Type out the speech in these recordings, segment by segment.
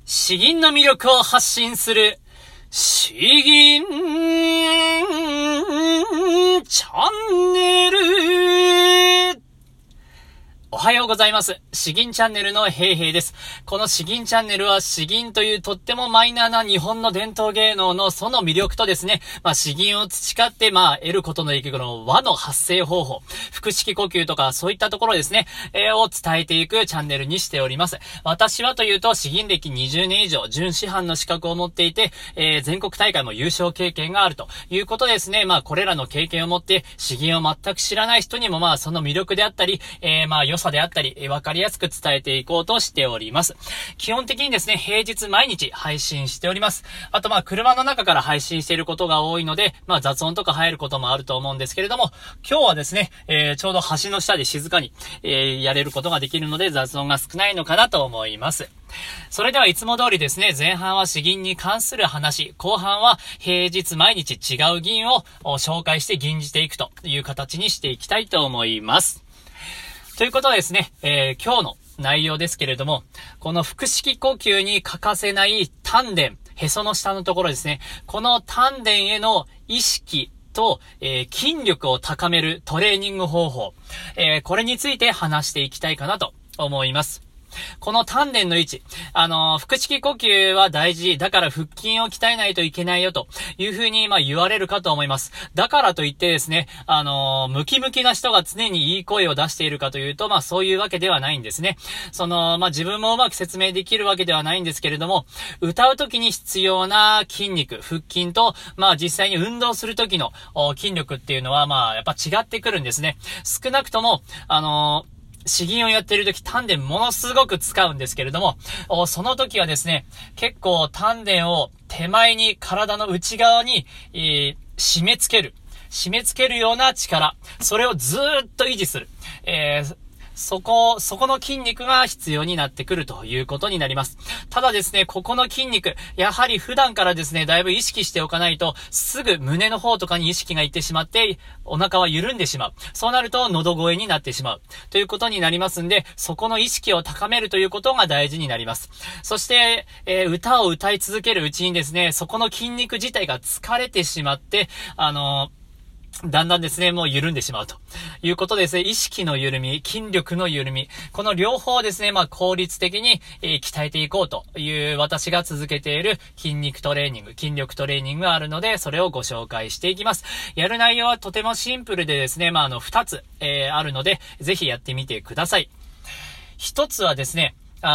詩吟の魅力を発信する詩吟チャンネル。おはようございます。詩吟チャンネルのヘイヘイです。この詩吟チャンネルは詩吟というとってもマイナーな日本の伝統芸能のその魅力とですね、詩吟を培って得ることのできるこの和の発声方法、腹式呼吸とかそういったところですね、を伝えていくチャンネルにしております。私はというと詩吟歴20年以上、準師範の資格を持っていて、全国大会も優勝経験があるということですね。これらの経験を持って詩吟を全く知らない人にもその魅力であったり、良さであったり、わかりやすく伝えていこうとしております。基本的にですね、平日毎日配信しております。あと車の中から配信していることが多いので、雑音とか入ることもあると思うんですけれども、今日はですね、ちょうど橋の下で静かに、やれることができるので雑音が少ないのかなと思います。それではいつも通りですね、前半は詩吟に関する話、後半は平日毎日違う吟を紹介して吟じていくという形にしていきたいと思います。ということでですね、今日の内容ですけれども、この腹式呼吸に欠かせない丹田、へその下のところですね。この丹田への意識と、筋力を高めるトレーニング方法、これについて話していきたいかなと思います。この丹田の位置、腹式呼吸は大事。だから腹筋を鍛えないといけないよというふうに言われるかと思います。だからといってですね、ムキムキな人が常にいい声を出しているかというと、そういうわけではないんですね。自分もうまく説明できるわけではないんですけれども、歌うときに必要な筋肉、腹筋と、実際に運動するときの筋力っていうのは、やっぱ違ってくるんですね。少なくとも、詩吟をやっているとき丹田ものすごく使うんですけれども、その時はですね、結構丹田を手前に体の内側に、締め付けるような力、それをずーっと維持する。そこの筋肉が必要になってくるということになります。ただですね、ここの筋肉、やはり普段からですね、だいぶ意識しておかないと、すぐ胸の方とかに意識がいってしまって、お腹は緩んでしまう。そうなると、喉声になってしまう。ということになりますんで、そこの意識を高めるということが大事になります。そして、歌を歌い続けるうちにですね、そこの筋肉自体が疲れてしまって、だんだんですね、もう緩んでしまうということですね。意識の緩み、筋力の緩み、この両方をですね、効率的に、鍛えていこうという私が続けている筋肉トレーニング、筋力トレーニングがあるので、それをご紹介していきます。やる内容はとてもシンプルでですね、2つ、あるので、ぜひやってみてください。一つはですね、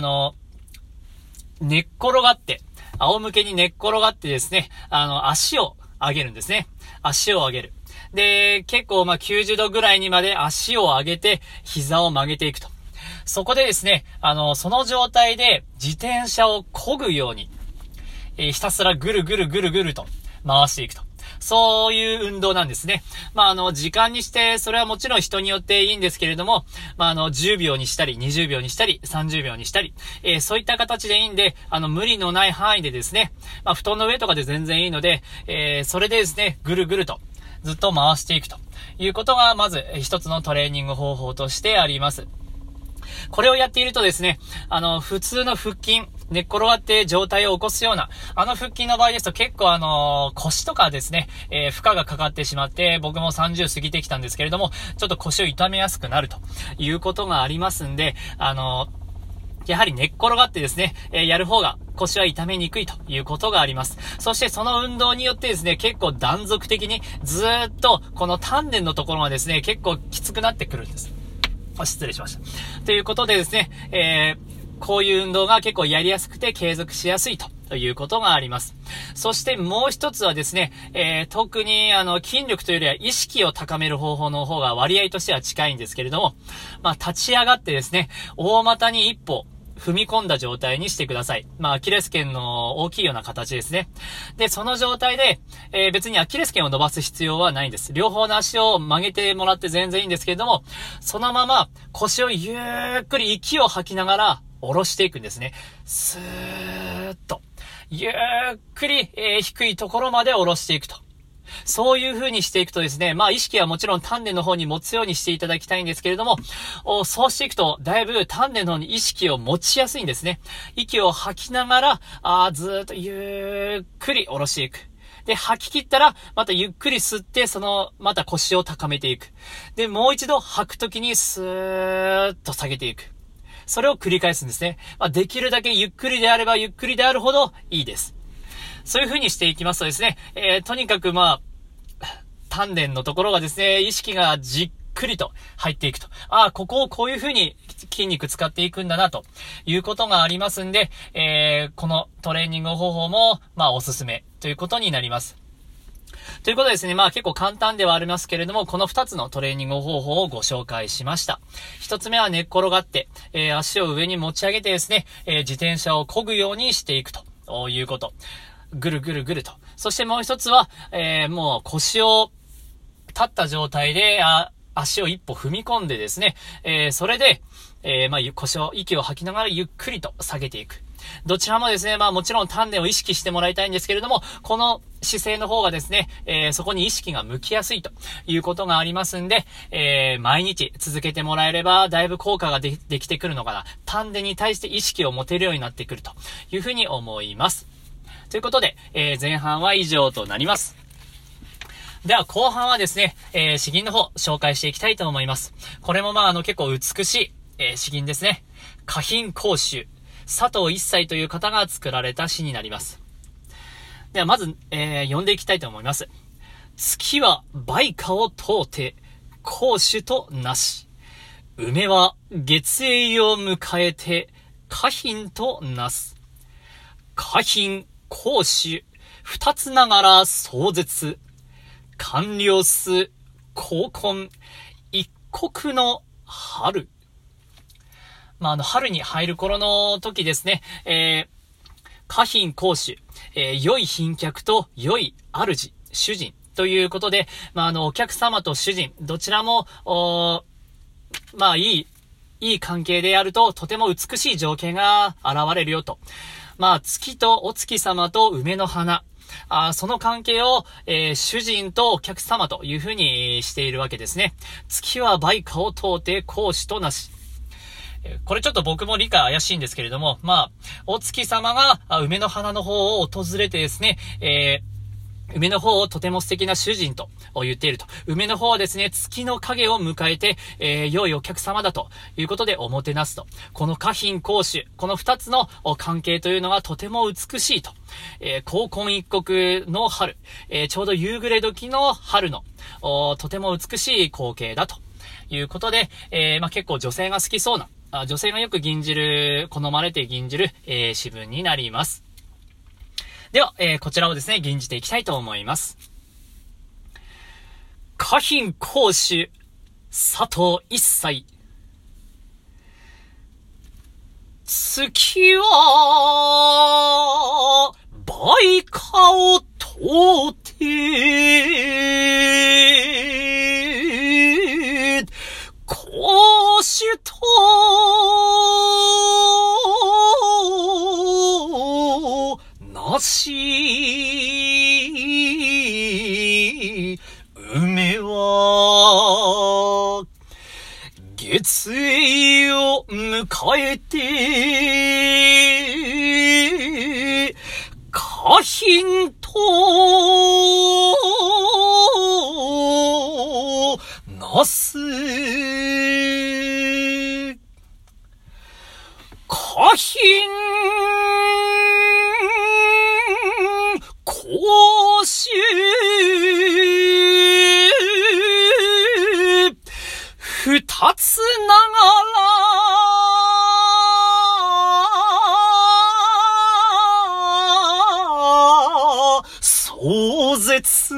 寝っ転がって、仰向けに寝っ転がってですね、足を上げるんですね。足を上げる。で、結構90度ぐらいにまで足を上げて膝を曲げていくと。そこでですね、その状態で自転車を漕ぐように、ひたすらぐるぐるぐるぐると回していくと。そういう運動なんですね。時間にして、それはもちろん人によっていいんですけれども、10秒にしたり、20秒にしたり、30秒にしたり、そういった形でいいんで、無理のない範囲でですね、布団の上とかで全然いいので、それでですね、ぐるぐると、ずっと回していくということが、まず一つのトレーニング方法としてあります。これをやっているとですね、普通の腹筋、寝っ転がって状態を起こすような、腹筋の場合ですと結構腰とかですね、負荷がかかってしまって、僕も30過ぎてきたんですけれども、ちょっと腰を痛めやすくなるということがありますんで、やはり寝っ転がってですね、やる方が腰は痛めにくいということがあります。そしてその運動によってですね、結構断続的にずーっとこの丹田のところがですね、結構きつくなってくるんです。失礼しました。ということでですね、こういう運動が結構やりやすくて継続しやすいということがあります。そしてもう一つはですね、特に筋力というよりは意識を高める方法の方が割合としては近いんですけれども、立ち上がってですね、大股に一歩踏み込んだ状態にしてください。アキレス腱の大きいような形ですね。で、その状態で、別にアキレス腱を伸ばす必要はないんです。両方の足を曲げてもらって全然いいんですけれども、そのまま腰をゆっくり息を吐きながら下ろしていくんですね。スーッと。ゆっくり、低いところまで下ろしていくと。 そういう風にしていくとですね、意識はもちろん丹田の方に持つようにしていただきたいんですけれども、そうしていくと、だいぶ丹田の方に意識を持ちやすいんですね。息を吐きながら、ずーっとゆっくり下ろしていく。で、吐き切ったら、またゆっくり吸って、また腰を高めていく。で、もう一度吐くときに、スーッと下げていく。それを繰り返すんですね。できるだけゆっくりであればゆっくりであるほどいいです。そういう風にしていきますとですね、とにかく丹田のところがですね、意識がじっくりと入っていくと。ここをこういう風に筋肉使っていくんだなということがありますんで、このトレーニング方法も、おすすめということになります。ということでですね、結構簡単ではありますけれども、この2つのトレーニング方法をご紹介しました。1つ目は寝っ転がって、足を上に持ち上げてですね、自転車を漕ぐようにしていくということ。ぐるぐるぐると。そしてもう一つは、もう腰を立った状態で、足を一歩踏み込んでですね、それで、息を吐きながらゆっくりと下げていく。どちらもですね、もちろん丹田を意識してもらいたいんですけれども、この姿勢の方がですね、そこに意識が向きやすいということがありますんで、毎日続けてもらえれば、だいぶ効果ができてくるのかな。丹田に対して意識を持てるようになってくるというふうに思います。ということで、前半は以上となります。では後半はですね、詩吟の方紹介していきたいと思います。これも結構美しい、詩吟ですね。花品講習佐藤一斎という方が作られた詩になります。ではまず、読んでいきたいと思います。月は梅花を通って講習となし、梅は月影を迎えて花品となす。花品講習二つながら壮絶、完了す高婚一国の春。春に入る頃の時ですね、花品講習、良い賓客と良い主、主人ということで、お客様と主人、どちらも、いい関係であると、とても美しい情景が現れるよと。月とお月様と梅の花。その関係を、主人とお客様というふうにしているわけですね。月は梅花を通って講師となし。これちょっと僕も理解怪しいんですけれども、お月様が梅の花の方を訪れてですね、梅の方をとても素敵な主人と言っていると。梅の方はですね、月の影を迎えて、良いお客様だということでおもてなすと。この花品講習、この二つの関係というのがとても美しいと。高婚一国の春、ちょうど夕暮れ時の春の、とても美しい光景だということで、結構女性が好きそうな、女性がよく好まれて吟じる、詩文になります。では、こちらをですね、吟じていきたいと思います。花品講習、佐藤一斎。月は、梅花を通って、講習と、なし、梅は、月影を迎えて、花品と、なす。花品講習二つながら壮絶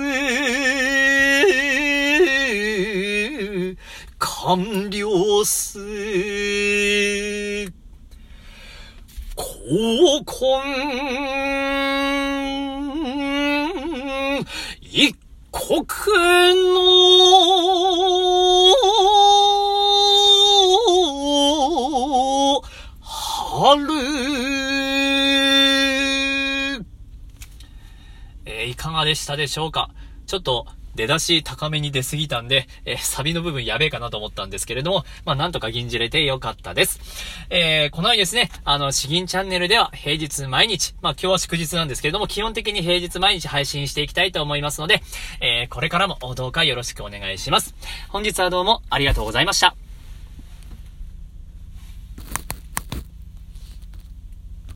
完了す高婚一国の春。いかがでしたでしょうか。 ちょっと出だし高めに出すぎたんで、サビの部分やべえかなと思ったんですけれども、なんとか吟じれてよかったです。このようにですね、詩吟チャンネルでは平日毎日、今日は祝日なんですけれども、基本的に平日毎日配信していきたいと思いますので、これからもどうかよろしくお願いします。本日はどうもありがとうございました。